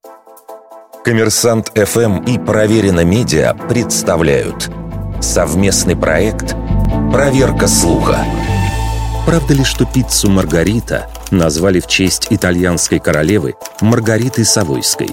Коммерсант ФМ и Проверено Медиа представляют совместный проект «Проверка слуха». Правда ли, что пиццу «Маргарита» назвали в честь итальянской королевы Маргариты Савойской?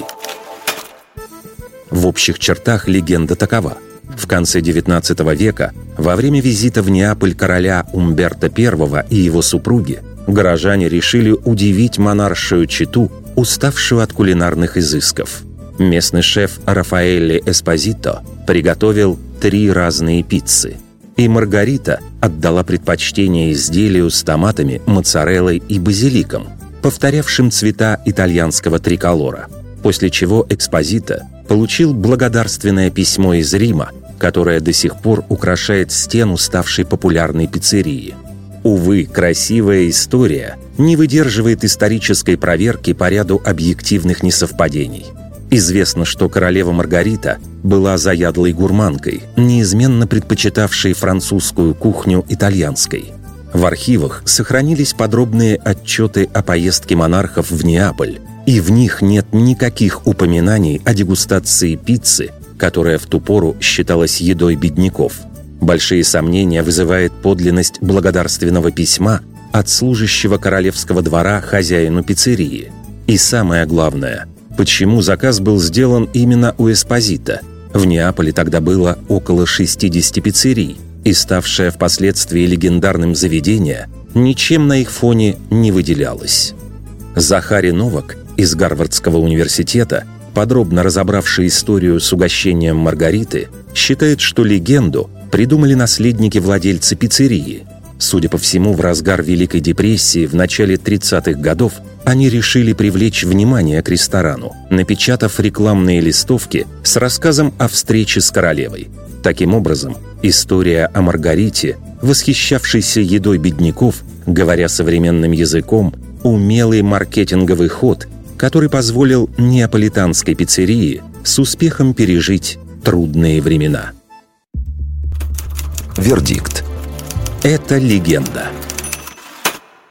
В общих чертах легенда такова. В конце XIX века, во время визита в Неаполь короля Умберто I и его супруги, горожане решили удивить монаршую чету, уставшую от кулинарных изысков. Местный шеф Рафаэлле Эспозито приготовил 3 разные пиццы. И Маргарита отдала предпочтение изделию с томатами, моцареллой и базиликом, повторявшим цвета итальянского триколора. После чего Эспозито получил благодарственное письмо из Рима, которое до сих пор украшает стену ставшей популярной пиццерии. Увы, красивая история не выдерживает исторической проверки по ряду объективных несовпадений. Известно, что королева Маргарита была заядлой гурманкой, неизменно предпочитавшей французскую кухню итальянской. В архивах сохранились подробные отчеты о поездке монархов в Неаполь, и в них нет никаких упоминаний о дегустации пиццы, которая в ту пору считалась едой бедняков. Большие сомнения вызывает подлинность благодарственного письма от служащего королевского двора хозяину пиццерии. И самое главное, почему заказ был сделан именно у Эспозито? В Неаполе тогда было около 60 пиццерий, и ставшее впоследствии легендарным заведение ничем на их фоне не выделялось. Захари Новак из Гарвардского университета, подробно разобравший историю с угощением Маргариты, считает, что легенду придумали наследники владельца пиццерии. Судя по всему, в разгар Великой депрессии в начале 30-х годов они решили привлечь внимание к ресторану, напечатав рекламные листовки с рассказом о встрече с королевой. Таким образом, история о Маргарите, восхищавшейся едой бедняков, говоря современным языком, умелый маркетинговый ход, который позволил неаполитанской пиццерии с успехом пережить трудные времена. Вердикт. Это легенда.